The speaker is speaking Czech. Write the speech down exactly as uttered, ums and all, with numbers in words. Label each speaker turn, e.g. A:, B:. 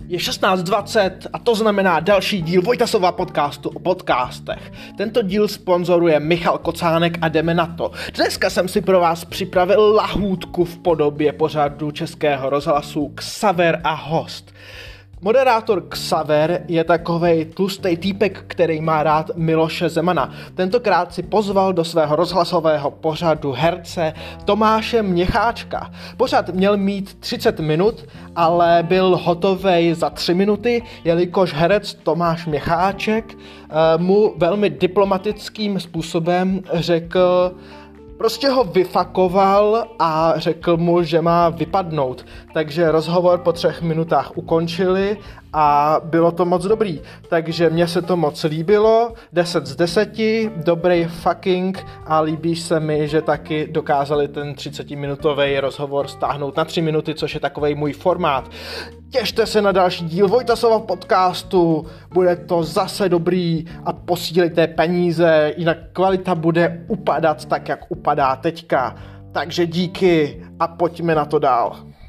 A: Je šestnáct dvacet a to znamená další díl Vojtasova podcastu o podcastech. Tento díl sponzoruje Michal Kocánek a jdeme na to. Dneska jsem si pro vás připravil lahůdku v podobě pořadu Českého rozhlasu Xaver a host. Moderátor Xaver je takovej tlustej týpek, který má rád Miloše Zemana. Tentokrát si pozval do svého rozhlasového pořadu herce Tomáše Měcháčka. Pořad měl mít třicet minut, ale byl hotovej za tři minuty, jelikož herec Tomáš Měcháček mu velmi diplomatickým způsobem řekl, prostě ho vyfakoval a řekl mu, že má vypadnout. Takže rozhovor po třech minutách ukončili a bylo to moc dobrý. Takže mně se to moc líbilo, deset z deseti, dobrý fucking a líbí se mi, že taky dokázali ten třicetiminutový rozhovor stáhnout na tři minuty, což je takovej můj formát. Těšte se na další díl Vojtasova podcastu, bude to zase dobrý a posílejte peníze, jinak kvalita bude upadat tak, jak upadá teďka. Takže díky a pojďme na to dál.